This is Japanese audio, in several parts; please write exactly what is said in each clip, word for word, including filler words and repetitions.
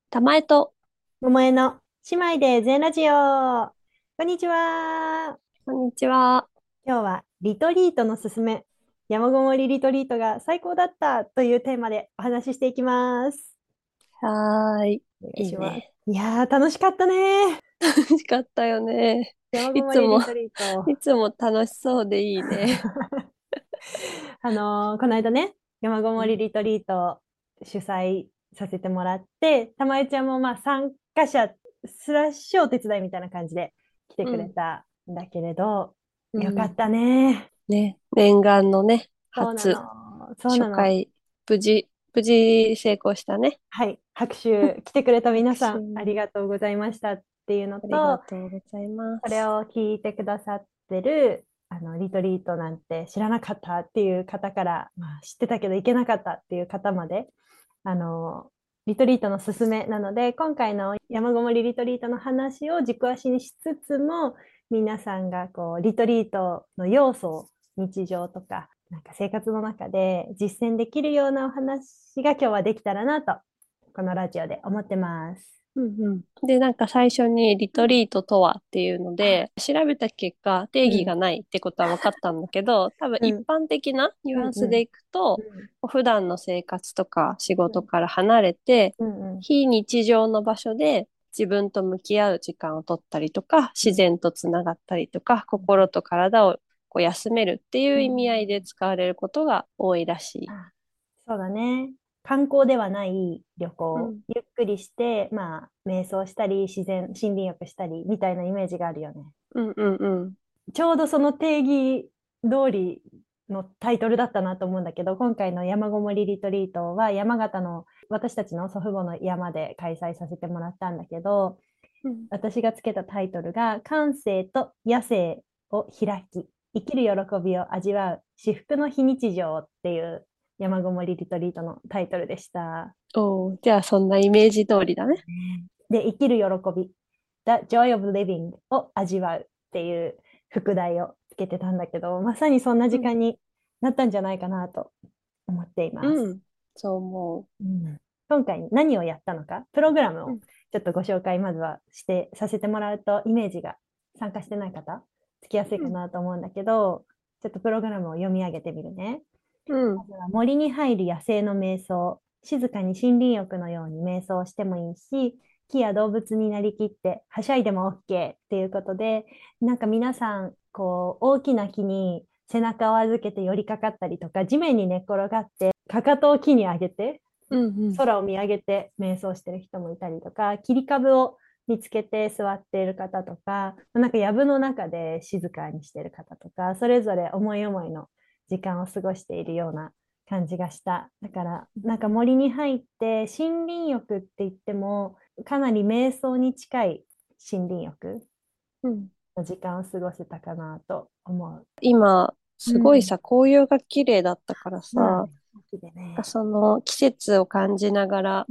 玉江と、 桃江の姉妹で全ラジオ。こんにちは。 こんにちは。 今日はリトリートのすすめ、山ごもりリトリートが最高だったというテーマでお話ししていきます。 はーい。 お願いします。 いいね。 いやー、楽しかったね。 楽しかったよね。 山ごいつも、 もりリトリート。 いつも楽しそうでいいね。 あのーこの間ね、山ごうん。 もりリトリート主催させてもらって、玉江ちゃんもまあ参加者スラッシュお手伝いみたいな感じで来てくれうん。 たんだけれど、 うん。 よかったね。 ね。念願のね、 そうな初、 の。そうなの。 初回、無事、無事成功したね。 はい。拍手、来てくれた皆拍手。 さん、ありがとうございましたっていうのありがと、 とうございまこれす。 を聞いてくださってる、あの、リトリートなんて知らなかったっていう方から、まあ、知ってたけど行けなかったっていう方まで、あの、リトリートのすすめなので、今回の山ごもりリトリートの話を軸足にしつつも、皆さんがこう、リトリートの要素を日常とか、なんか生活の中で実践できるようなお話が今日はできたらなと、このラジオで思ってます。 うんうん。で、なんか最初にリうん。 トリートとはっていうのあ、 で、調べた結果、定うん、 義がないってことは分かったんだけど、多分うん、 一般的なニュうん、うん、 アンスでいくと、 うん、 普段の生活とか仕うん、 事から離れて、 うん、うん、 非日常の場所で自分と向き合う時間を取ったりとか、自うん、 然とつながったりとか、心と体をこう休めるっていうう意味合いでん。 使われることが多いらしい。 あ、そうだね。観光ではない旅行、 うん。 ゆっくりして、まあ、瞑想したり、自然、森林浴したり、みたいなイメージがあるよね。 うんうんうん。 ちょうどその定義通りのタイトルだったなと思うんだけど、今回の山ごもりリトリートは山形の私たちの祖父母の山で開催させてもらったんだけど、 うん。 私がつけたタイトルが感性と野生を開き、生きる喜びを味わう至福の非日常っていう山ごもりリトリートのタイトルでした。 おー、じゃあそんなイメージ通りだね。 で、生きる喜び、The Joy of Living を味わうっていう副題をつけてたんだけど、まさにそんなうん。 時間になったんじゃないかなと思っています。 うん。そう思うん、今回何をやったのか、プログラムう。うをん。 ちょっとご紹介まずはしてさせてもらうと、イメージが参加してない方、つきやすいかうん。 なと思うんだけど、ちょっとプログラムを読み上げてみるね。 うん。 まずは森に入る野生の瞑想。静かに森林浴のように瞑想してもいいし、木や動物になりきってはしゃいでも OK っていうことで、なんか皆さん、こう、大きな木に背中を預けて寄りかかったりとか、地面に寝っ転がって、かかとを木に上げて、 うんうん。 空を見上げて瞑想してる人もいたりとか、切り株を見つけて座っている方とか、なんか藪の中で静かにしている方とか、それぞれ思い思いの時間を過ごしているような感じがした。だから、なんか森に入って森林浴って言っても、かなり瞑想に近い森林浴うん。 の時間を過ごせたかなと思う。 今、 うん。 すごいさ、紅葉が綺麗だったからさ、 そうだね。秋でね。 その季節を感じながら、 うん。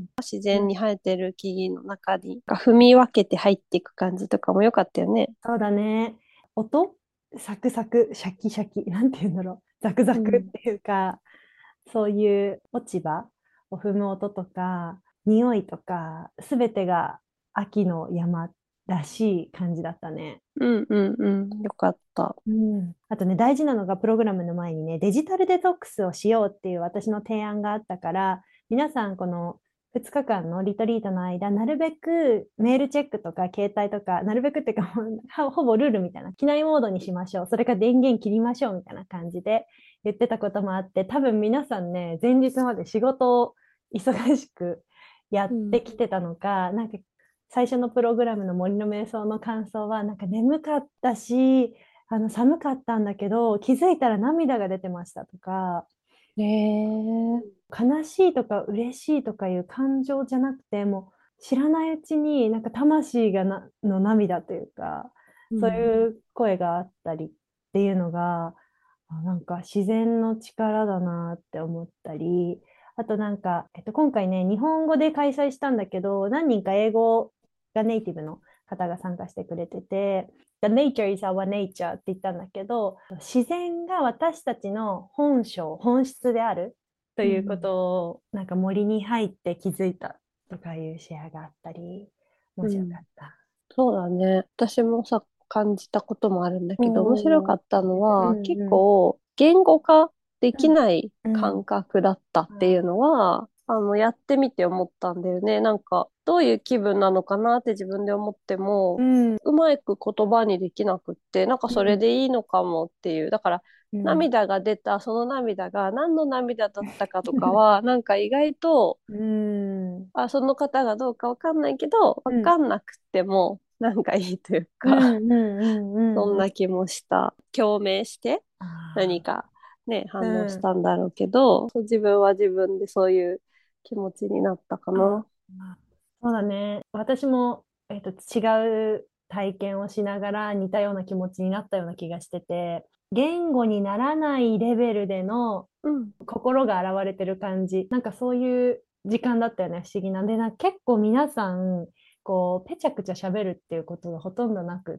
自うん。 然に生えてる木々の中に、踏み分けて入っていく感じとかも良かったよね。 そうだね。音サクサク、シャキシャキ、なんて言うんだろう。ザクザクっうん。 ていうか、そういう落ち葉を踏む音とか、匂いとか、すべてが秋の山らしい感じだったね。 うんうんうん。よかった。 うん。あとね、大事なのがプログラムの前にね、デジタルデトックスをしようっていう私の提案があったから、皆さんこのふつかかんのリトリートの間、なるべくメールチェックとか携帯とか、なるべくっていうか、ほほぼルールみたいな、機内モードにしましょう。それから電源切りましょうみたいな感じで言ってたこともあって、多分皆さんね、前日まで仕事を忙しくやっうん。 てきてたのか、なんか最初のプログラムの森の瞑想の感想は、なんか眠かったし、あの寒かったんだけど、気づいたら涙が出てましたとか、 ねえ。 悲しいとか嬉しいとかいう感情じゃなくて、もう知らないうちになんか魂がなの涙というか、そううん。 いう声があったりっていうのが、あ、なんか自然の力だなって思ったり、あとなんか、えっと、今回ね、日本語で開催したんだけど、何人か英語がネイティブの方が参加してくれてて、The nature is our nature って言ったんだけど、自然が私たちの本性、本質であるというこうん。 とを、なんか森に入って気づいた。 とかいうシェアがあったり、面白かうん。 った。 そうだね。私もさ、感じたこともあるんだけど、面白おー、 かったのは、結うんうん。 構、言語化できうんないうん。 感覚だったっていうのは、あの、やってみて思ったんだよね。なんか、どういう気分なのかなって自分で思っても、 うん。 うまく言葉にできなくって、なんかそれうん。 でいいのかもっていう。だから、 うん。 涙が出た、その涙が何の涙だったかとかは、なんか意外と、 うん。 あ、その方がどうかわかんないけど、わうん。 かんなくても、なんかいいといううんか、 うんうんそんうん。 な気もした。共鳴して何あかね、 あ、 反応しうん。 たんだろうけど、そう自分は自分でそういう気持ちになったかあな。 あ、そうだね。私も、えっと、違う体験をしながら似たような気持ちになったような気がしてて、言語にならないレベルでのうん。 心が現れてる感じ。なんかそういう時間だったよね、不思議なんで、な結構皆さん、こう、ぺちゃくちゃ喋るっていうことがほとんどなくって、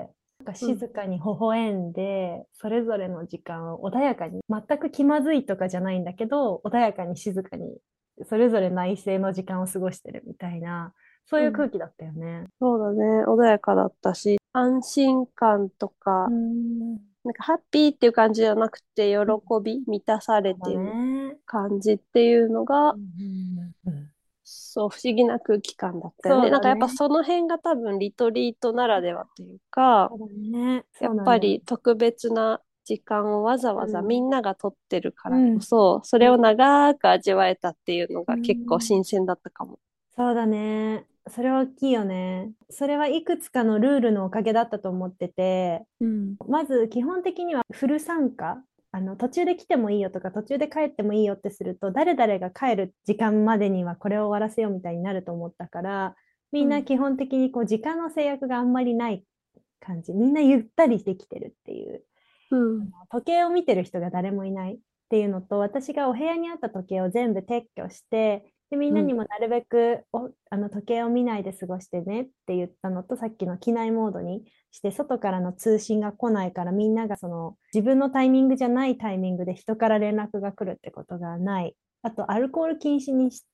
なんかうん。 静かに微笑んで、それぞれの時間を穏やかに、全く気まずいとかじゃないんだけど、穏やかに静かに、それぞれ内省の時間を過ごしてるみたいな、そういううん。 空気だったよね。 そうだね。穏やかだったし、安心感とうか、 ん。 なんかハッピーっていう感じじゃなくて、喜うん、 び、満たされそうだてるね。 感じっていうのが、 うんうんうん、 そう、不思議な空気感だったよね。なんかやっぱそうだね。 その辺が多分リトリートならではというか、 そうだね。 やっそうなんだよ。 ぱり特別な時間をわざわざみうん。 んなが取ってるからこうん。 そ、それをうん。 長く味わえたっていうのうが結構ん、 新鮮だったかも。 そうだね。それは大きいよね。それはいくつかのルールのおかげだったと思ってて、 うん。 まず基本的にはフル参加。あの途中で来てもいいよとか途中で帰ってもいいよってすると誰々が帰る時間までにはこれを終わらせようみたいになると思ったから、みうん。 んな基本的にこう時間の制約があんまりない感じ。みんなゆったりできてるっていう。 うん。 あの時計を見てる人が誰もいないっていうのと、私がお部屋にあった時計を全部撤去して、でみんなにうん。 もなるべくおあの時計を見ないで過ごしてねって言ったのと、さっきの機内モードにして外からの通信が来ないから、みんながその自分のタイミングじゃないタイミングで人から連絡が来るってことがない。あとアルコール禁止にして、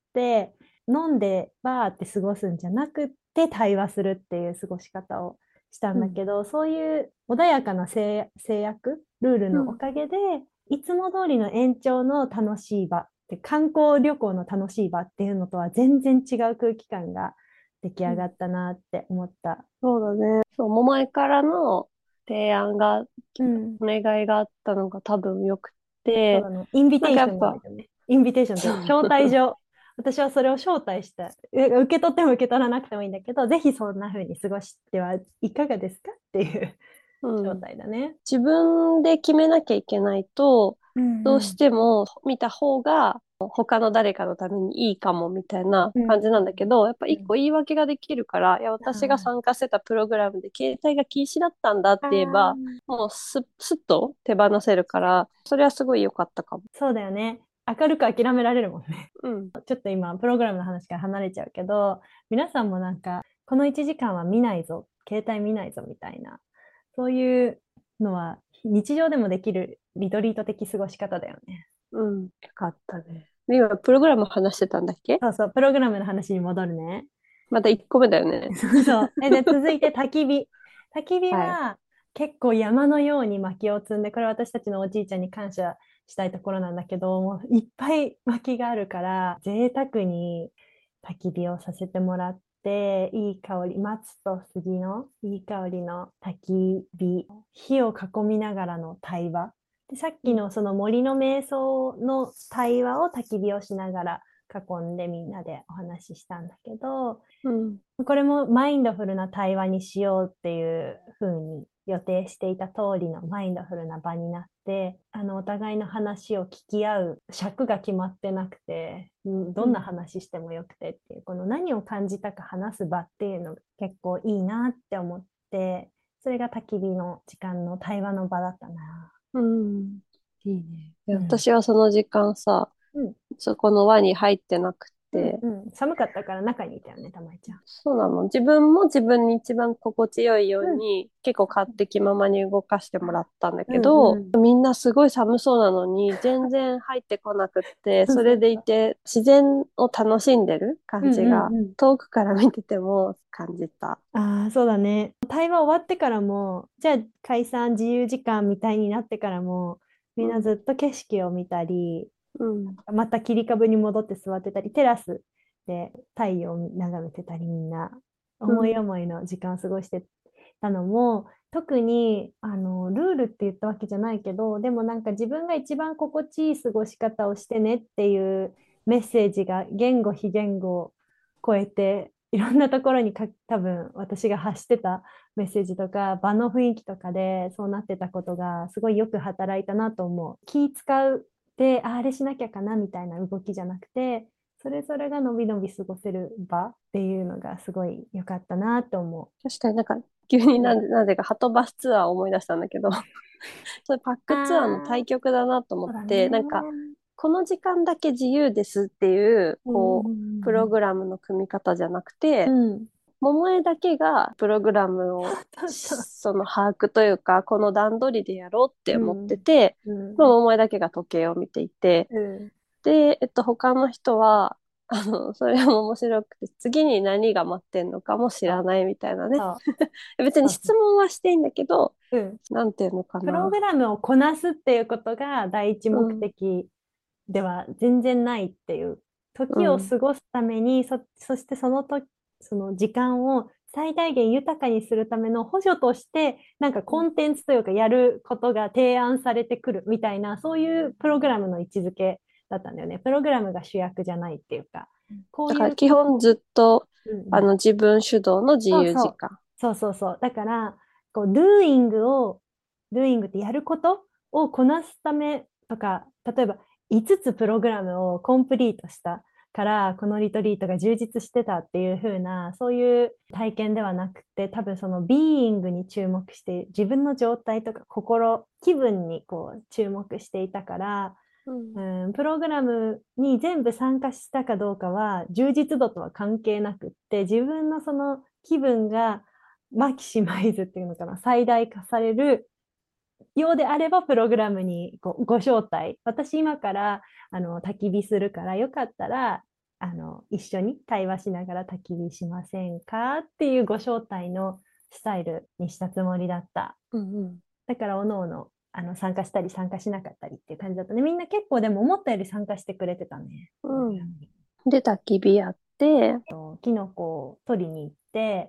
飲んでバーって過ごすんじゃなくって対話するっていう過ごし方をしたんうん。 だけど、そういう穏やかな制約、ルールのおうん。 かげで、いつも通りの延長の楽しい場、で観光旅行の楽しい場っていうのとは全然違う空気感が出来うん、 上がったなって思った。 そうだね。そう、桃井からの提案が、 うん。 お願いがあったのが多分良くて、 そうだね。インビなんテーションなんだかやっぱ、 よね。インビテーションっていうか、招待状。私はそれを招待した。え受け取っても受け取らなくてもいいんだけど、ぜひそんな風に過ごしてはいかがですかっていう招うん。 待だね。 自分で決めなきゃいけないと、 うんうん。 どうしても見た方が他の誰かのためにいいかもみたいなうん感じなんだけど、やっぱ一うん。 個言い訳ができるから、いや、私が参加してたプログラムで携帯が禁止だったんだってあ言えば、 ー、 もうす、すっと手放せるから、それはすごい良かったかも。 そうだよね。明るく諦められるもんね。 うん。 ちょっと今、プログラムの話から離れちゃうけど、皆さんもなんか、このいちじかんは見ないぞ、携帯見ないぞみたいな、そういうのは日常でもできるリトリート的過ごし方だよね。 うん。よかったね。で今、プログラム話してたんだっけ？ そうそう、プログラムの話に戻るね。 またいっこめだよね。 そうそう。えで、続いて焚き火。焚き火はい。 は結構山のように薪を積んで、これ私たちのおじいちゃんに感謝したいところなんだけど、もういっぱい薪があるから、贅沢に焚き火をさせてもらって、いい香り、松と杉のいい香りの焚き火、火を囲みながらの対話。で、さっうん。 きのその森の瞑想の対話を焚き火をしながら囲んでみんなでお話ししたんだけど、 うん。 これもマインドフルな対話にしようっていうふうに予定していた通りのマインドフルな場になって、あのお互いの話を聞き合う尺が決まってなくて、うん、どんなうん。 話してもよくてっていう、この何を感じたか話す場っていうのが結構いいなって思って、それが焚き火の時間の対話の場だったな。 うん。いいね。いやうん。 私はその時間さ、 うん。 そこの輪に入ってなくて、 うんうん、寒かったから中にいたよね、たまえちゃん。 そうなの。自分も自分に一番心地よいよううん。 に結構勝手気ままに動かしてもらったんだうんけど、 うん。 みんなすごい寒そうなのに全然入ってこなくって、 そうそれそうそう。 でいて自然を楽しんでるうん感じがうんうん。 遠くから見てても感じた。 ああ、そうだね。対話終わってからも、じゃあ解散自由時間みたいになってからも、みんなうん。 ずっと景色を見たり、 うん。 また切り株に戻って座ってたり、テラスで太陽を眺めてたり、みんなうん。 思い思いの時間を過ごしてたのも、特にあのルールって言ったわけじゃないけど、でもなんか自分が一番心地いい過ごし方をしてねっていうメッセージが言語非言語を超えて、いろんなところにか多分私が発してたメッセージとか場の雰囲気とかでそうなってたことがすごいよく働いたなと思う。気使うで、ああれしなきゃかなみたいな動きじゃなくて、それぞれがのびのび過ごせる場っていうのがすごい良かったなと思確かになんか急にう。うん、 なんで、なぜかハトバスツアーを思い出したんだけど、それパッあクツアーの対あ、 極だなと思っそうだて、なんかね。 この時間だけ自由ですっていう、 うんうこう、プロんグラムの組み方じゃなくて、 うん。うん。 桃江だけがプログラムをそうそう。 その把握というか、この段取りでやろうって思ってうん。 て、まあ、 うん。 桃江だけが時計を見ていて、 うん。 で、えっと、他の人は、あの、それも面白くて、次に何が待ってんのかも知そう。 らないみたいなね。 そう。 別にそうそう。 質問はしていいんだけど、 うん。 なんていうのかプロな。 グラムをこなすっていうことが第一目うん、 的では全然ないっていう。時をうん、 過ごすために、そ、そしてそのと、その時間を最大限豊かにするための補助として、なんかうん。 コンテンツというかやることが提案されてくるみたいな、そういうプログラムの位置づけだったんだよね。プログラムが主役じゃないっていうか、こうだからいう基本ずっと、 うんうん。 あの、自分主導の自そうそう。 由時間。 そうそうそう。だから、こう、doing を、doing ってやることをこなすためとか、例えばいつつプログラムをコンプリートしたから、このリトリートが充実してたっていう風な、そういう体験ではなくて、多分その being に注目して、自分の状態とか心、気分にこう注目していたから、 うん。 うん、プログラムに全部参加したかどうかは充実度とは関係なくって自分のその気分がマキシマイズっていうのかな最大化されるようであればプログラムにごご招待私今からあの焚き火するからよかったらあの一緒に対話しながら焚き火しませんかっていうご招待のスタイルにしたつもりだった。 うんうん。 だからおのおのあの参加したり参加しなかったりっていう感じだったね。みんな結構でも思ったより参加してくれてたね。プログうん。 ラムに。 で、焚き火やって、 キノコを取りに行って、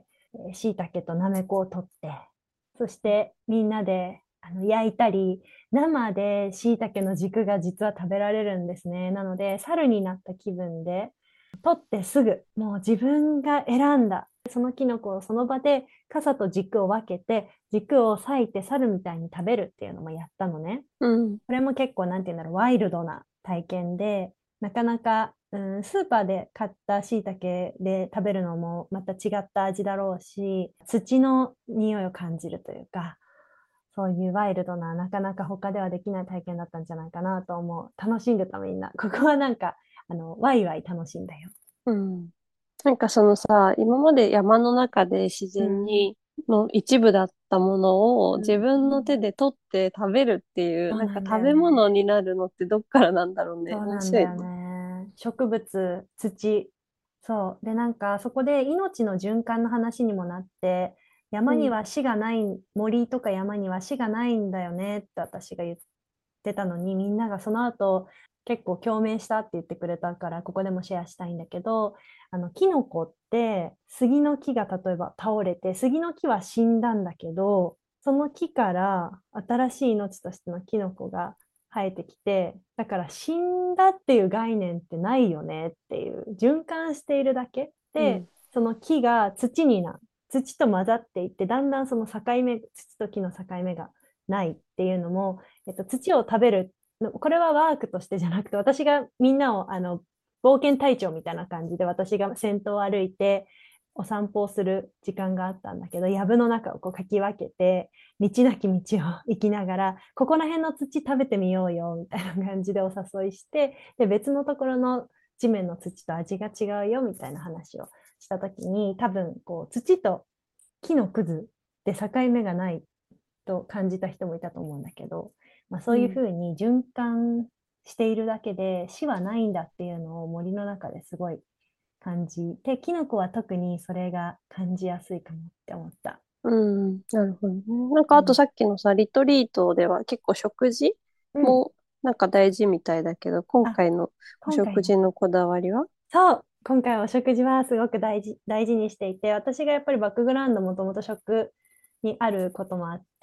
しいたけとなめこを取って、そしてみんなであの焼いたり、生でしいたけの軸が実は食べられるんですね。なので、猿になった気分で、取ってすぐ、もう自分が選んだ。そのキノコをその場で傘と軸を分けて、軸を裂いて猿みたいに食べるっていうのもやったのね。 うん。 これも結構なんて言うんだろう、ワイルドな体験で、なかなか、うん、スーパーで買った椎茸で食べるのもまた違った味だろうし、土の匂いを感じるというか、そういうワイルドな、なかなか他ではできない体験だったんじゃないかなと思う。楽しんでたみんな。ここはなんか、あの、ワイワイ楽しんだよ。 うん。なんかそのさ、今まで山の中で自うん。 然に、の一部だったものを自うん。 分の手で取って食べるっていう、 そうなんかなんだよ食べ物ね。 になるのってどっからなんだろうね。 そう面なんだよ白いね。 ね。植物、土。そう。で、なんか、そこで命の循環の話にもなって、山にうん。 は死がない、森とか山には死がないんだよねって私が言ってたのに、みんながその後、結構共鳴したって言ってくれたから、ここでもシェアしたいんだけど、あの、キノコって、杉の木が例えば倒れて、杉の木は死んだんだけど、その木から新しい命としてのキノコが生えてきて、だから死んだっていう概念ってないよねっていう、循環しているだけで、 うん。 その木が土にな、土と混ざっていって、だんだんその境目、土と木の境目がないっていうのも、えっと、土を食べる、これはワークとしてじゃなくて、私がみんなをあの冒険隊長みたいな感じで、私が先頭を歩いて、お散歩をする時間があったんだけど、藪の中をこうかき分けて、道なき道を行きながら、ここら辺の土食べてみようよ、みたいな感じでお誘いして、で、別のところの地面の土と味が違うよみたいな話をしたときに、多分こう土と木のくずで境目がないと感じた人もいたと思うんだけど、まあ、そういうふうに循環しているだけで死はないんだっていうのを森の中ですごい感じて、キノコは特にそれが感じやすいかもって思った。 うん、なるほどね。なんかあとうん。 さっきのさ、リトリートでは結構食事うん。 もなんか大事みたいだけど、今あ、 回のお今回の。 食事のこだわりは？ そう、今回お食事はすごく大事、大事にしていて、私がやっぱりバックグラウンドもともと食にあることもあって、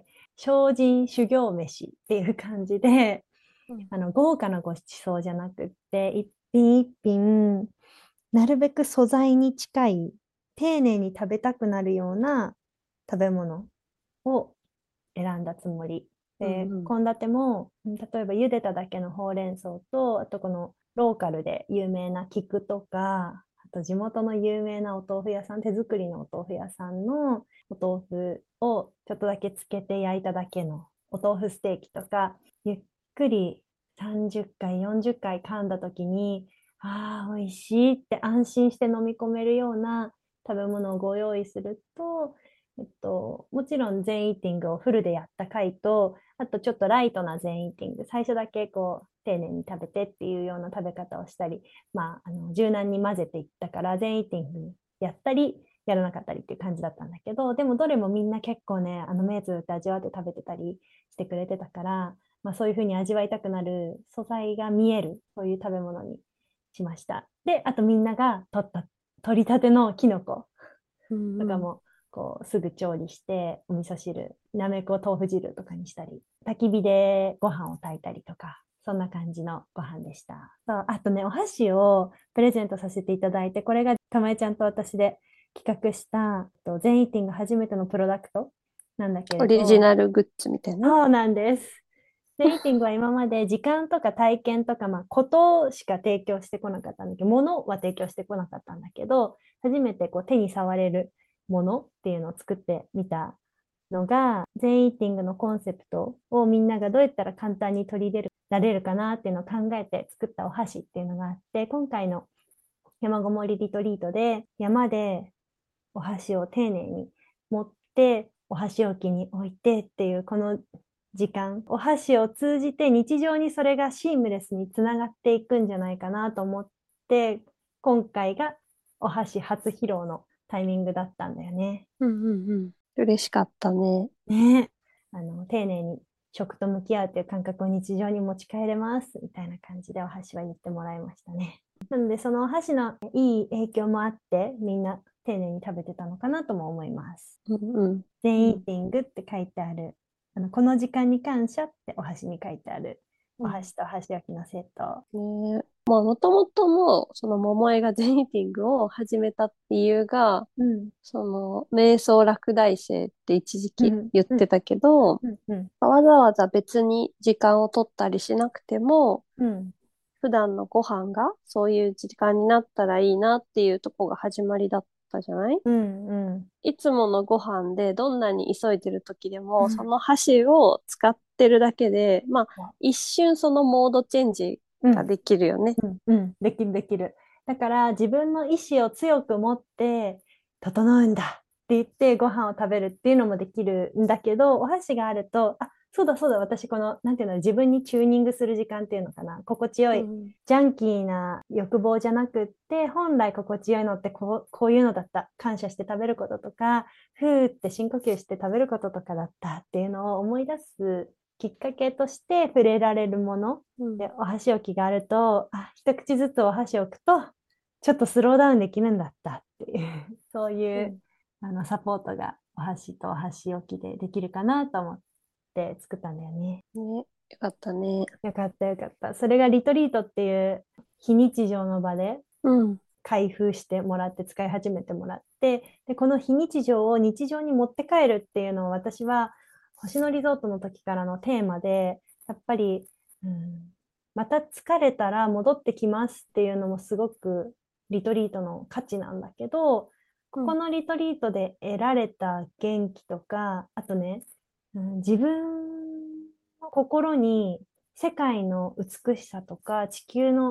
精進修行飯っていう感じで、 うん。 あの、豪華なご馳走じゃなくって、一品一品、なるべく素材に近い、丁寧に食べたくなるような食べ物を選んだつもり。で、 うんうん。 献立も、例えば茹でただけのほうれん草と、あとこのローカルで有名な菊とか、あと地元の有名なお豆腐屋さん、手作りのお豆腐屋さんのお豆腐をちょっとだけつけて焼いただけのお豆腐ステーキとか、ゆっくりさんじゅっかい、よんじゅっかい噛んだ時に、ああ、美味しいって安心して飲み込めるような食べ物をご用意すると、えっと、もちろん全イーティングをフルでやった回と、あとちょっとライトな全イーティング、最初だけこう丁寧に食べてっていうような食べ方をしたり、まあ、あの柔軟に混ぜていったから全イーティングやったり、やらなかったりっていう感じだったんだけど、でもどれもみんな結構ね、あの目つぶって味わって食べてたりしてくれてたから、まあ、そういうふうに味わいたくなる素材が見える、そういう食べ物にしました。で、あとみんなが取った、取りたてのキノコうんうん。 とかもこうすぐ調理してお味噌汁、なめこ豆腐汁とかにしたり、焚き火でご飯を炊いたりとか、そんな感じのご飯でした。そうあとね、お箸をプレゼントさせていただいて、これがたまえちゃんと私で企画した全イーティング初めてのプロダクトなんだけオリジれど、 ナルグッズみたいな。 そうなんです。全イーティングは今まで時間とか体験とか、まあ、ことしか提供してこなかったんだけど、ものは提供してこなかったんだけど、初めてこう手に触れるものっていうのを作ってみたのが、全イーティングのコンセプトをみんながどうやったら簡単に取り入れられるかなっていうのを考えて作ったお箸っていうのがあって、今回の山ごもりリトリートで山でお箸を丁寧に持ってお箸置きに置いてっていうこの時間、お箸を通じて日常にそれがシームレスにつながっていくんじゃないかなと思って、今回がお箸初披露のタイミングだったんだよね。 うんうんうん。嬉しかったね。 ねえ。あの、丁寧に食と向き合うという感覚を日常に持ち帰れますみたいな感じでお箸は言ってもらいましたね。なので、そのお箸のいい影響もあって、みんな丁寧に食べてたのかなとも思います。 うんうん。 全イーうんティングって書いてある。あの、この時間に感謝ってお箸に書いてある。おうん箸と箸置きのセット。 ね。まあ、もともとも、その桃江が全イーティングを始めた理由が、 うん。 その、瞑想落第生って一時期うん。うん。 言ってたけど、 うん。うん。 わざわざ別に時間を取ったりしなくても、 うん。 普段のご飯がそういう時間になったらいいなっていうとこが始まりだったじゃない？ うん。うん。 いつものご飯でどんなに急いでる時でも、そうん。 の箸を使ってるだけで、まあ、一瞬そのモードチェンジうん。 ができるよね。 うん。うん。できるできる。だから自分の意志を強く持って、整うんだって言ってご飯を食べるっていうのもできるんだけど、お箸があると、あ、そうだそうだ、私この、なんていうの、自分にチューニングする時間っていうのかな、心地よい、 うん。 ジャンキーな欲望じゃなくって、本来心地よいのってこう、こういうのだった。感謝して食べることとか、ふーって深呼吸して食べることとかだったっていうのを思い出すきっかけとして触れられるものうん。 で、お箸置きがあると、あ、一口ずつお箸を置くと、ちょっとスローダウンできるんだったっていう、そういううん。 あのサポートがお箸とお箸置きでできるかなと思って作ったんだよね。 ね。よかったね。 よかったよかった。それがリトリートっていう非日常の場でうん。 開封してもらって使い始めてもらって、で、この非日常を日常に持って帰るっていうのを私は星野リゾートの時からのテーマで、やっぱり、うん、また疲れたら戻ってきますっていうのもすごくリトリートの価値なんだけど、こうん。 このリトリートで得られた元気とか、あとね、うん、自分の心に世界の美しさとか地球の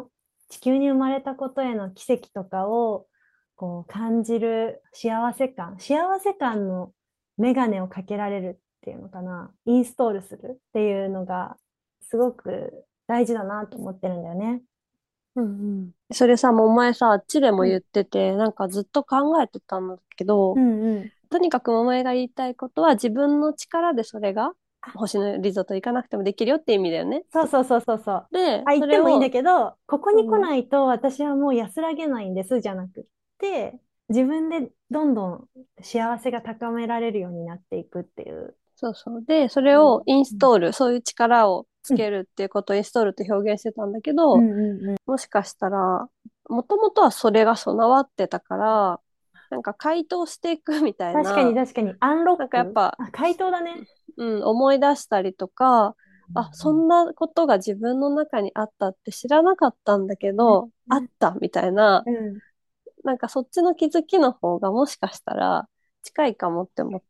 地球に生まれたことへの奇跡とかをこう感じる幸せ感、幸せ感のメガネをかけられるっていうのかな、インストールするっていうのがすごく大事だなと思ってるんだよね。 うんうん。それさ、もうお前さ、あっちでもうん、 言ってて、なんかずっと考えてたんだけど、 うんうん。 とにかくお前が言いたいことは自分の力でそれが星野リゾート行かなくてもできるよって意味だよね。 そうそうそうそうそう。 で、 あ、言ってもいいんだそれを、 けど、ここに来うん、 ないと私はもう安らげないんですじゃなくって、自分でどんどん幸せが高められるようになっていくっていう。 そうそう。で、それうん、 をインスうん、 トール、そういう力をつうん、 けるっていうことをインストールって表現してたんだけうん、 ど、 うんうん。 もしかしたら、もともとはそれが備わってたから、なんか回答していくみたい確かにな、 確かに、アンロなんック。 かやっぱ、 あ、回答だね。 うん、思い出したりとか、 うあ、そんんなことが自分の中にあったって知らなかったんだけうんど、あっうんたみたいな、 うん。 なんかそっちの気づきの方がもしかしたら近いかもって思って、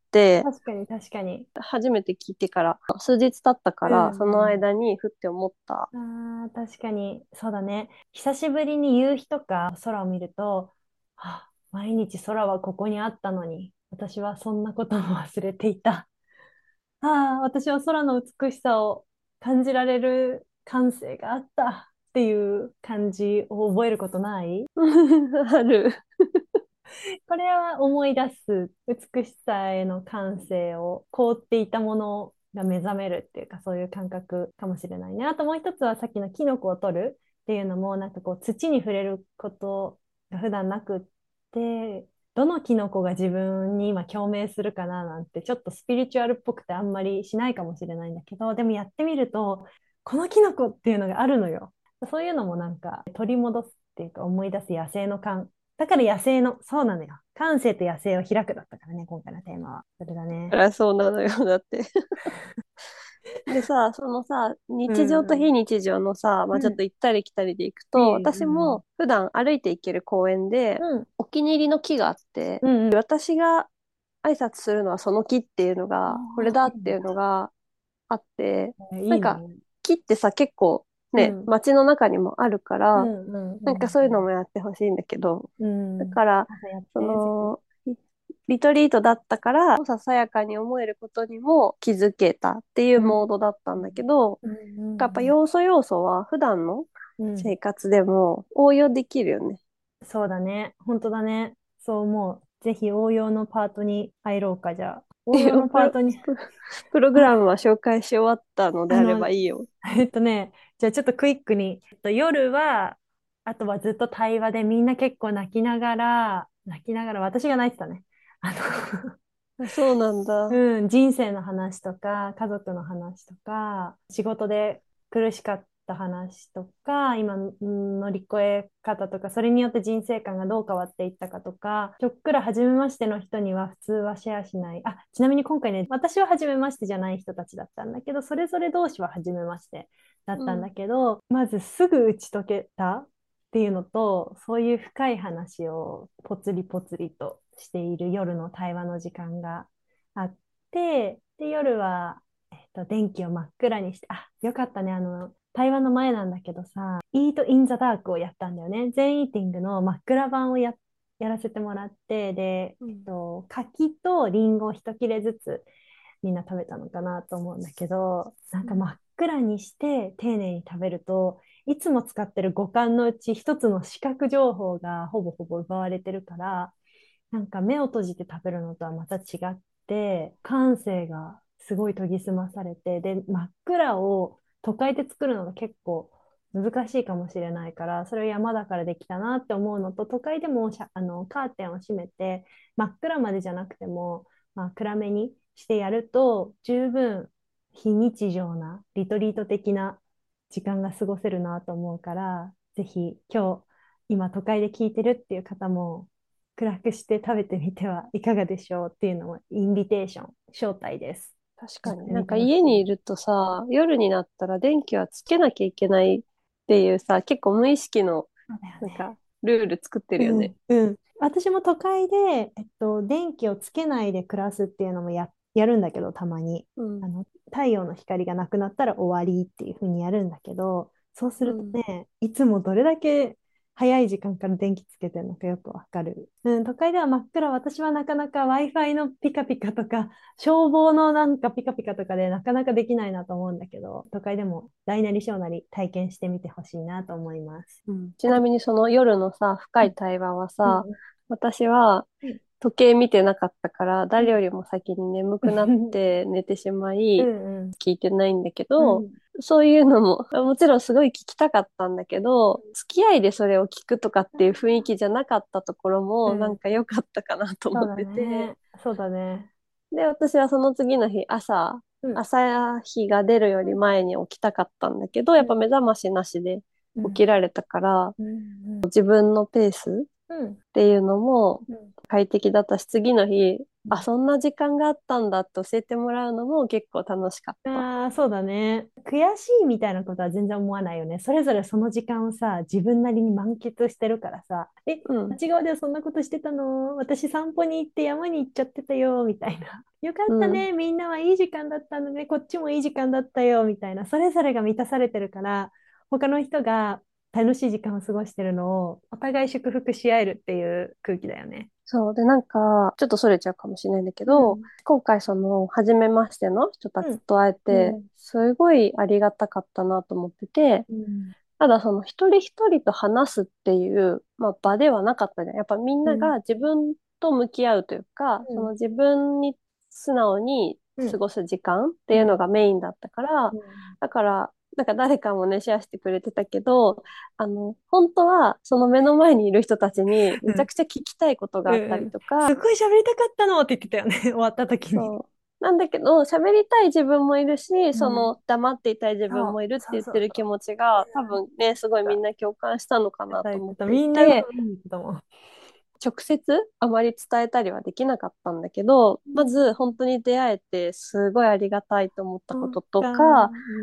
確かに確かに。 初めて聞いてから数日経ったかうら、そのん間にふって思った。 うん。ああ、確かに、そうだね。久しぶりに夕日とか空を見ると、あ、毎日空はここにあったのに、私はそんなことも忘れていた。ああ、私は空の美しさを感じられる感性があったっていう感じを覚えることない？ ある。 これは思い出す美しさへの感性を凍っていたものが目覚めるっていうか、そういう感覚かもしれないね。あともう一つはさっきのキノコを取るっていうのも、なんかこう土に触れることが普段なくって、どのキノコが自分に今共鳴するかななんてちょっとスピリチュアルっぽくてあんまりしないかもしれないんだけど、でもやってみるとこのキノコっていうのがあるのよ。そういうのもなんか取り戻すっていうか思い出す野生の感。だから野生の、そうなのよ。感性と野生を開くだったからね、今回のテーマは。それだね。 そりゃそうなのよ。だって。でさ、そのさ、 う日常と非ん。 日常のさ、まあちょっうん。 と行ったり来たりで行くと、 いい。う私ん。 も普段歩いて行ける公園で、 うん。 お気に入りの木があって、 うん。 私が挨拶するのはその木っていうのあが、これあ、いいんだっていうのがあって、 だ。いいね。 なんか、木ってさ、結構ね、 うん。 街の中にもあるから、 うん。うん。 なんかそういうのもやってほしいんだけど、 うん。うん。 だから、 朝やっそて、ぜひ。 の、リトリートだったから、ささやかに思えることにも気づけたっていううん。 モードだったんだけど、 うん。うん。 やっぱ要素要素は普段のうん。 生活でも応用できるよね。 そうだね。本当だね。そう思う。ぜひ応用のパートに入ろうか、じゃあ。応え、 用のプロ、 パートに。 ププログラムは紹介し終わったのであれあの、 ばいいよ。 えっとね、じゃあちょっとクイックに、えっと、夜は、あとはずっと対話でみんな結構泣きながら、泣きながら、私が泣いてたね。ああ、そうなんの、 だ。 うん、人生の話とか、家族の話とか、仕事で苦しかった話とか、今の乗り越え方とか、それによって人生観がどう変わっていったかとか、ちょっくら初めましての人には普通はシェアしない。あ、ちなみに今回ね、私は初めましてじゃない人たちだったんだけど、それぞれ同士は初めましてだったんだうん。 けど、まずすぐ打ち解けたっていうのと、そういう深い話をぽつりぽつりとしている夜の対話の時間があって、で、夜は、えっと、電気を真っ暗にして、あ、よかったね、あの、対話の前なんだけどさ、Eat in the Dark をやったんだよね。全イーティングの真っ暗版をや、やらせてもらって、で、 うん。 えっと、柿とリンゴを一切れずつみんな食べたのかなと思うんだけど、なんか真っ暗にして丁寧に食べると、いつも使ってる五感のうち一つの視覚情報がほぼほぼ奪われてるから、なんか目を閉じて食べるのとはまた違って、感性がすごい研ぎ澄まされて、で、真っ暗を都会で作るのが結構難しいかもしれないから、それは山だからできたなって思うのと、都会でもしゃあのカーテンを閉めて、真っ暗までじゃなくても、まあ、暗めにしてやると、十分非日常な、リトリート的な時間が過ごせるなと思うから、ぜひ今日、今都会で聞いてるっていう方も、暗くして食べてみてはいかがでしょうっていうのもインビテーション、招待です。 確かに。 やってみてなんかほしい。 家にいるとさ、夜になったら電気はつけなきゃいけないっていうさ、結構無意識のそうだよね。 なんかルール作ってるよね。 うん、うん。私も都会で、えっと、電気をつけないで暮らすっていうのもや、やるんだけど、たまに。 うん。 あの、太陽の光がなくなったら終わりっていうふうにやるんだけど、 そうするとうん。 ね、いつもどれだけ早い時間から電気つけてるのかよくわかる。うん、都会では真っ暗。私はなかなか Wi-Fi のピカピカとか、消防のなんかピカピカとかでなかなかできないなと思うんだけど、都会でも大なり小なり体験してみてほしいなと思います。 うん、ちあと、 なみにその夜のさ、深うんい対話はさ、 うん私はうん時計見てなかったから、 うん誰よりも先に眠くなって寝てしまうい、 んうん聞いてないんだけど、 うんそういうのも、もちろんすごい聞きたかったんだけど、付き合いでそれを聞くとかっていう雰囲気じゃなかったところも、なんうん、 か良かったかなとそうだ思ってて、 ね。そうだね。 で、私はその次の日、朝、 うん朝日が出るより前に起きたかったんだけど、やっぱ目覚ましなしでうん起きられたから、 うんうん自分のペースっうんていうのもうん快適だったし、次の日、あ、 うんそんな時間があったんだって教えてもらうのも結構楽しかった。 ああ、そうだね。悔しいみたいなことは全然思わないよね。それぞれその時間をさ、自分なりに満喫してるからさ、え、 うん、 あっち側ではそんなことしてたの？私散歩に行って山に行っちゃってたよ、みたいな。よかうん、 ったね、みんなはいい時間だったんだね、こっちもいい時間だったよ、みたいな。それぞれが満たされてるから、他の人が楽しい時間を過ごしてるのをお互い祝福し合えるっていう空気だよね。 そう。で、なんか、ちょっとそれちゃうかもしれないんだけど、 うん。 今回その、初めましての人たうん。 ちと会えて、 うん。 すごいありがたかったなと思ってて、 うん。 ただその一人一人と話すっていう、まあ、場ではなかったじゃん。やっぱみんうん。 なが自分と向き合うというか、 うん。 その自分に素直にうん。 過ごす時間っていうのうん。 がメインだったから、 うん。 だから、なんか誰かもね、シェアしてくれてたけど、あの、本当はその目の前にいる人たちにめちゃくちゃ聞きたいことがあったうん。 りとか、 すごい喋りたかったのって言ってたよね、終わった時に。 そう。なんだけど、喋りたい自分もいるし、 うん。 その黙っていたい自分そう、 もいるってそう言ってる気そうそう。 持ちが、多うん。 分ね、すごいみんな共感したのか言ってた、 なと思ってい言ってた。みんな、うん、 て、 言ってたもん。 直接あまり伝えたりはできなかったんだけど、まず本当に出会えてすごいありがたいと思ったそうこととか。 か、 うん。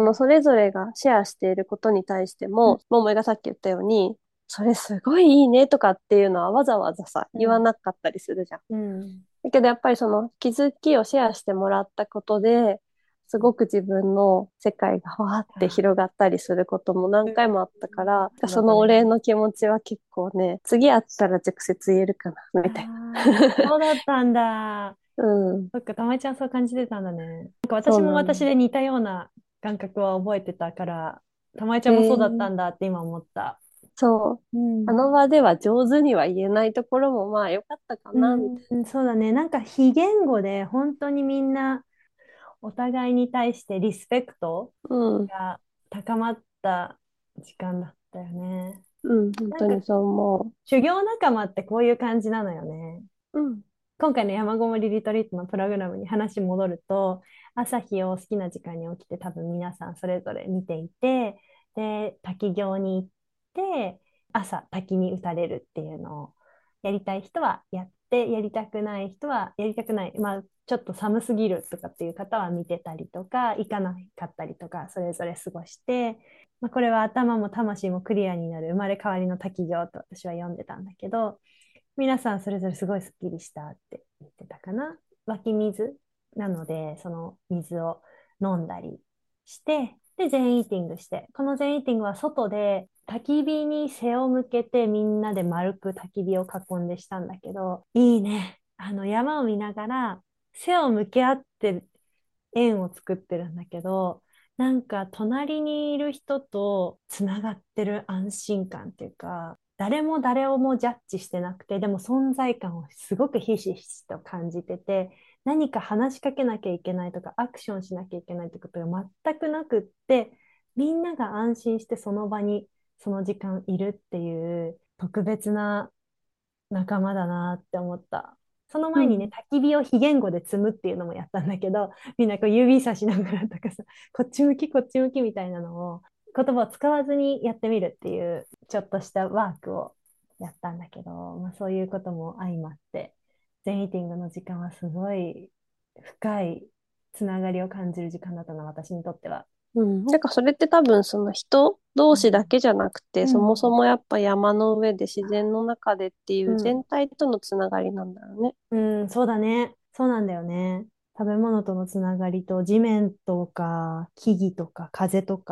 あとそのそれぞれがシェアしていることに対してうん。 も、桃井がさっき言ったように、それすごいいいねとかっていうのはわざわざさ、言わうん。 なかったりするじゃん。 うん。 だけどやっぱりその気づきをシェアしてもらったことで、すごく自分の世界がわーって広がったりすることも何うん。 回もあったから、 そうだそのおったね。 礼の気持ちは結構ね、次会ったら直接言えるかな、みたいああ、そうだったんだ。 な。うん。 そっか、たまちゃんそう感じてたんだね。なんか私もそうなの。 私で似たような感覚は覚えてたから、たまちゃへんもそうだったえ、 んだって今思った。 そう。 うん。 あの場では上手には言えないところもまあ良かったかな、みたいうん、そうだね。なんか非言語で本当にみんなお互いに対してリスペクトな。うん。 が高まった時間だったよね。 うん、本なんか当にそう思修行仲間ってこういう感じなのよね。 う。うん。 今回の山ごもりリトリートのプログラムに話戻ると、朝日を好きな時間に起きて多分皆さんそれぞれ見ていて、で、滝行に行って、朝滝に打たれるっていうのをやりたい人はやって、やりたくない人はやりたくない。まあ、ちょっと寒すぎるとかっていう方は見てたりとか、行かなかったりとか、それぞれ過ごして、まあ、これは頭も魂もクリアになる生まれ変わりの滝行と私は読んでたんだけど、皆さんそれぞれすごいスッキリしたって言ってたかな。湧き水なので、その水を飲んだりして、で、全イーティングして、この全イーティングは外で焚き火に背を向けてみんなで丸く焚き火を囲んでしたんだけど、いいね。あの山を見ながら背を向け合って円を作ってるんだけど、なんか隣にいる人とつながってる安心感っていうか、誰も誰をもジャッジしてなくて、でも存在感をすごくひしひしと感じてて、何か話しかけなきゃいけないとか、アクションしなきゃいけないってことが全くなくって、みんなが安心してその場にその時間いるっていう特別な仲間だなって思った。その前にね、 うん。 焚き火を非言語で積むっていうのもやったんだけど、みんなこう指さしながらとかさ、こっち向き、こっち向きみたいなのを言葉を使わずにやってみるっていうちょっとしたワークをやったんだけど、まあ、そういうことも相まって、全イーティングの時間はすごい深いつながりを感じる時間だったな、私にとっては。 うん。なんかそれって多分その人同士だけじゃなくて、 うそもそん。 もやっぱ山の上で自然の中でっていうん。 う全体とのつながりなんだろうね。 うん、そうだね。そうなんだよね。食べ物とのつながりと地面とか木々とか風とか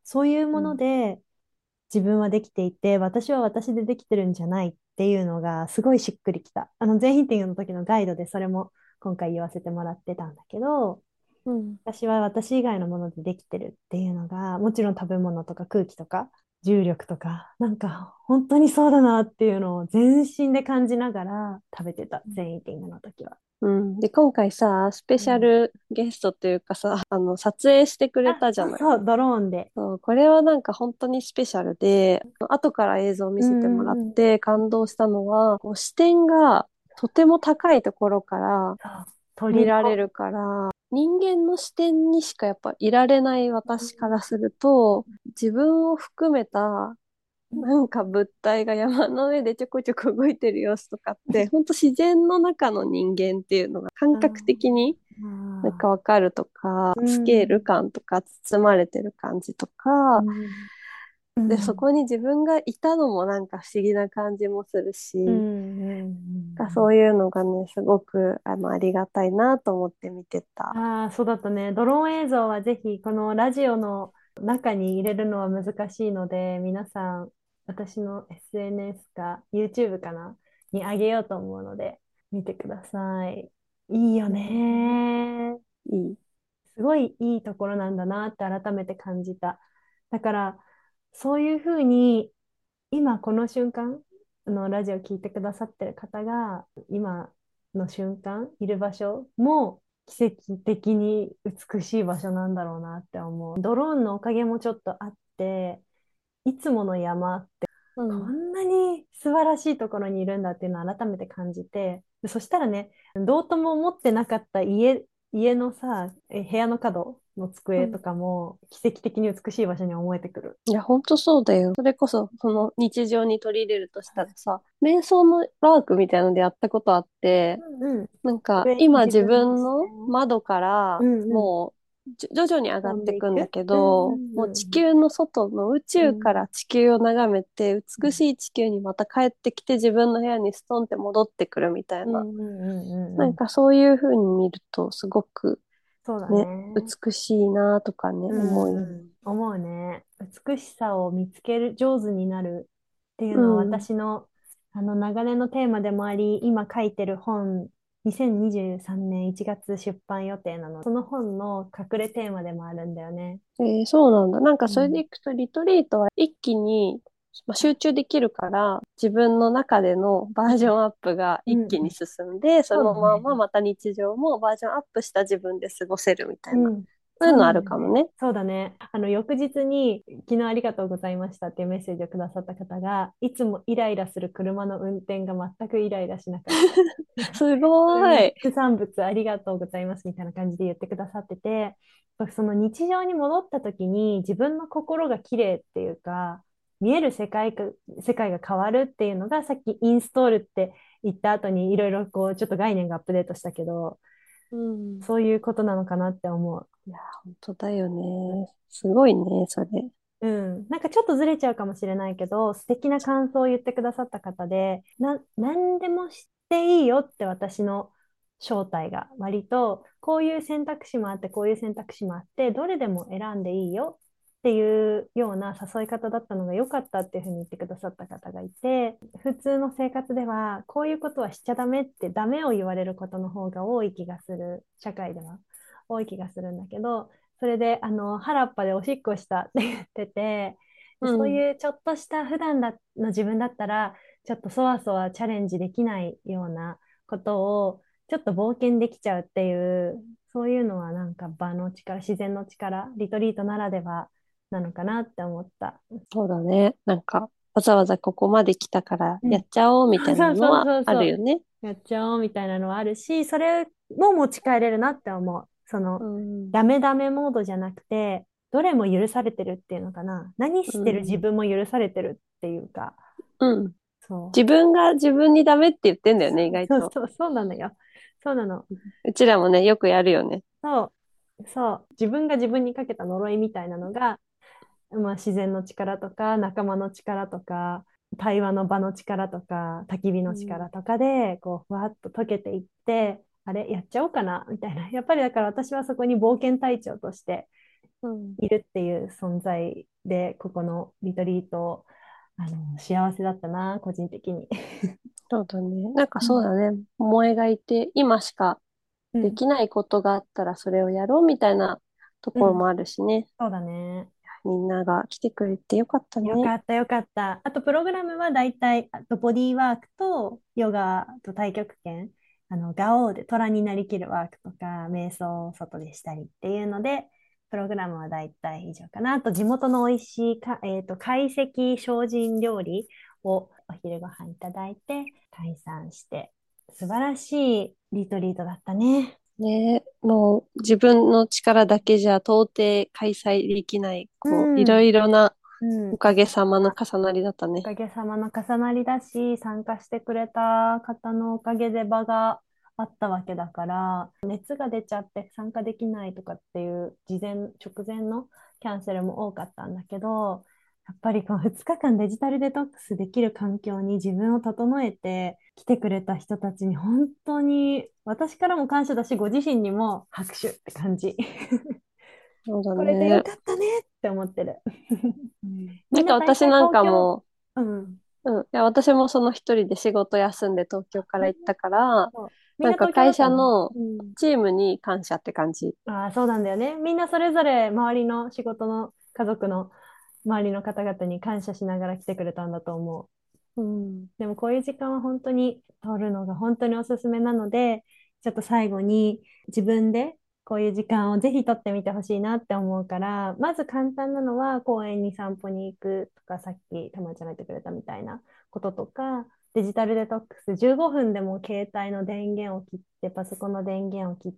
そういうもので自分はできていて、私は私でできてるんじゃないっていうのがすごいしっくりきた。あの、全ヒンティングの時のガイドでそれも今回言わせてもらってたんだけど、 うん。 私は私以外のものでできてるっていうのが、もちろん食べ物とか空気とか重力とか、なんか本当にそうだなっていうのを全身で感じながら食べてた、全イーティングの時は。 うん。で、今回さ、スペシャうん、 ルゲストというかさ、あの、撮影してくれあ、 たじゃない。 そうそう、ドローンで。 そう、これはなんか本当にスペシャルで、後から映像を見うせてもらっんうんうん。 て感動したのは、こう視点がとても高いところからそう、鳥の。 見られるから、人間の視点にしかやっぱいられない私からすると、自分を含めたなんか物体が山の上でちょこちょこ動いてる様子とかって、本当自然の中の人間っていうのが感覚的になんかわかるとか、 うスケールん。 感とか包まれてる感じとか、 うん。うで、そん。 こに自分がいたのもなんか不思議な感じもするうし、 ん。うん。 がそういうのがね、すごくあのありがたいなと思って見てた。 ああ、そうだったね。ドローン映像はぜひ、このラジオの中に入れるのは難しいので、皆さん、私の エスエヌエス か YouTube かなにあげようと思うので、見てください。いいよね。 いい。 すごいいいところなんだなって改めて感じた。だから、そういうふうに、今この瞬間、あのラジオ聞いてくださってる方が、今の瞬間、いる場所も奇跡的に美しい場所なんだろうなって思う。ドローンのおかげもちょっとあって、いつもの山ってこうん。 んなに素晴らしいところにいるんだっていうのを改めて感じて、でそしたらね、どうとも思ってなかった家、家のさ、え部屋の角の机とうん。 かも奇跡的に美しい場所に思えてくる。 いや、ほんとそうだよ。それこそ、その日常に取り入れるとしたらさ、瞑想のワークみたいなのでやったことあって、 うんうん。 なんか、 上に今自自分の分の視点。 窓からうんうん。 もうじょ徐々に上がっ飛んていでいく。 くんだけうんうど、もうんうん地球の外の宇うん。 宙から地球を眺めて、美しい地球にまた帰ってきて自分の部屋にストンって戻ってくるみたいな。 うんうんうんうんうん。 なんかそういう風に見るとすごくそうだね、 ね。 美しいなとかね、 う思うよね。 ん、思うね。美しさを見つける、上手になるっていううのはん。 私の、あの流れのテーマでもあり、今書いてる本、にせんにじゅうさんねんいちがつ出版予定なの。その本の隠れテーマでもあるんだよね。 えーそうなんだ。なんかそれでうん。 いくと、リトリートは一気に、まあ、集中できるから、自分の中でのバージョンアップがうん。 一気に進んで、そのそうだね。 まままた日常もバージョンアップした自分で過ごせるみたいな。 うん。そうそういうのあなんだよね。 るかもね。 そうだね。あの、翌日に、昨日ありがとうございましたっていうメッセージをくださった方が、いつもイライラする車の運転が全くイライラしなかった。 すそれにごい。 副産物ありがとうございますみたいな感じで言ってくださってて、その日常に戻った時に自分の心が綺麗っていうか、見える世界か、世界が変わるっていうのが、さっきインストールって言った後にいろいろこう、ちょっと概念がアップデートしたけど、 うん。 そういうことなのかなって思う。 いや、本当だよね。すごいね、それ。 うん。なんかちょっとずれちゃうかもしれないけど、素敵な感想を言ってくださった方で、な、何でもしていいよって私の正体が割と、こういう選択肢もあって、こういう選択肢もあって、どれでも選んでいいよっていうような誘い方だったのが良かったっていうふうに言ってくださった方がいて、普通の生活では、こういうことはしちゃダメってダメを言われることの方が多い気がする、社会では多い気がするんだけど、それで、あの、原っぱでおしっこしたって言ってて、でうん。 そういうちょっとした普段だの自分だったら、ちょっとそわそわチャレンジできないようなことを、ちょっと冒険できちゃうっていう、そういうのはなんか場の力、自然の力、リトリートならではなのかなって思った。 そうだね。なんか、わざわざここまで来たからうん。 やっちゃおうみたいそうそうなのはそうそう。 あるよね。 やっちゃおうみたいなのはあるし、それも持ち帰れるなって思う。その、 うん。 ダメダメモードじゃなくて、どれも許されてるっていうのかな。何してる自うん。 分も許されてるっていうか、 うん。 そう。 自分が自分にダメって言ってんだよね、意外と。 そうそう、そうなのよ。そうなの。 うちらもね、よくやるよね。 そう。そう。自分が自分にかけた呪いみたいなのが、まあ、自然の力とか、仲間の力とか、対話の場の力とか、焚き火のうん。 力とかで、こう、ふわっと溶けていって、あれ、やっちゃおうかな、みたいな。やっぱりだから私はそこに冒険隊長としてうん。 いるっていう存在で、ここのリトリート、あの、幸せだったな、個人的に。 そうだね。なんかうん。 そうだね。萌えがいて、今しかうん。 できないことがあったらそれをやろうみたいなとうん。 ころもあるしね。 そうだね。 みんなが来てくれてよかったね。 よかった、よかった。あと、プログラムはだいたい、あと、ボディーワークと、ヨガと太極拳、あの、ガオーで虎になりきるワークとか、瞑想を外でしたりっていうので、プログラムはだいたい以上かな。あと、地元の美味しいか、えっと、懐石精進料理をお昼ご飯いただいて、退散して、素晴らしいリトリートだったね。 ね、もう自分の力だけじゃ到底開催できない、 うこう、いろん。 いろなうん。 おかげさまの重なりだったね。 おかげさまの重なりだし、参加してくれた方のおかげで場があったわけだから、熱が出ちゃって参加できないとかっていう事前、直前のキャンセルも多かったんだけど、やっぱりこのふつかかんデジタルデトックスできる環境に自分を整えて来てくれた人たちに本当に私からも感謝だし、ご自身にも拍手って感じ。 そうだこれでよね。 かったねって思ってる。 うん、なんかみんな大体私なん東京、 かも、 うん。 うん、いや、私もその一人で仕事休んで東京から行ったから、 そう。みんな東京だなんか会ったの？ 社のうん。 チームに感謝って感じ。 ああ、そうなんだよね。みんなそれぞれ周りの仕事の家族の周りの方々に感謝しながら来てくれたんだと思う。 うん。 でもこういう時間は本当に取るのが本当におすすめなので、ちょっと最後に自分でこういう時間をぜひ取ってみてほしいなって思うから、まず簡単なのは公園に散歩に行くとか、さっきたまちゃんが言ってくれたみたいなこととか、デジタルデトックスじゅうごふんでも携帯の電源を切って、パソコンの電源を切って、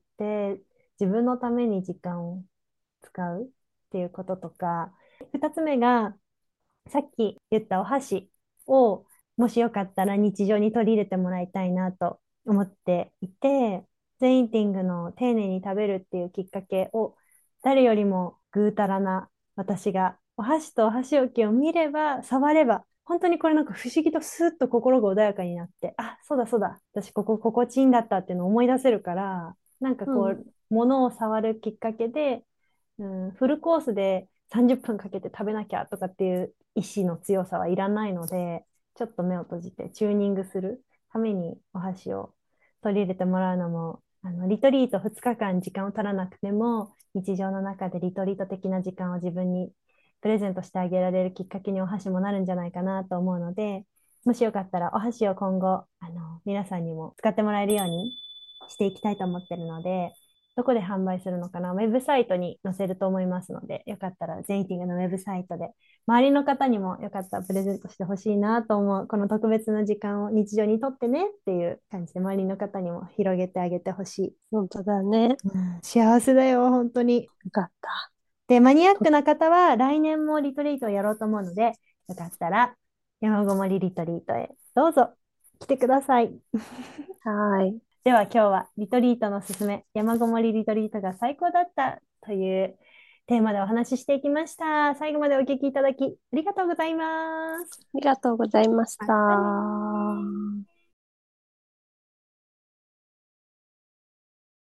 自分のために時間を使うっていうこととか、ふたつめがさっき言ったお箸を、もしよかったら日常に取り入れてもらいたいなと思っていて、全イーティングの丁寧に食べるっていうきっかけを、誰よりもぐうたらな私が、お箸とお箸置きを見れば、触れば、本当にこれなんか不思議とスーッと心が穏やかになって、あ、そうだそうだ、私ここ心地いいんだったっていうのを思い出せるから、なんかうん。 こう、物を触るきっかけで、うん、フルコースでさんじゅっぷんかけて食べなきゃとかっていう意志の強さはいらないので、ちょっと目を閉じてチューニングするためにお箸を取り入れてもらうのも、あのリトリートふつかかん時間を取らなくても、日常の中でリトリート的な時間を自分にプレゼントしてあげられるきっかけにお箸もなるんじゃないかなと思うので、もしよかったらお箸を今後、あの皆さんにも使ってもらえるようにしていきたいと思ってるので、どこで販売するのかな、ウェブサイトに載せると思いますので、よかったらゼイティングのウェブサイトで、周りの方にもよかったらプレゼントしてほしいなと思う、この特別な時間を日常にとってねっていう感じで、周りの方にも広げてあげてほしい。 本当だね。 うん、幸せだよ、本当に。 よかった。 で、マニアックな方は来年もリトリートをやろうと思うので、よかったら山ごもりリトリートへどうぞ来てください。 はい。 では今日はリトリートのすすめ、山ごもりリトリートが最高だったというテーマでお話ししていきました。最後までお聞きいただきありがとうございます。 ありがとうございましまたねた。 ー。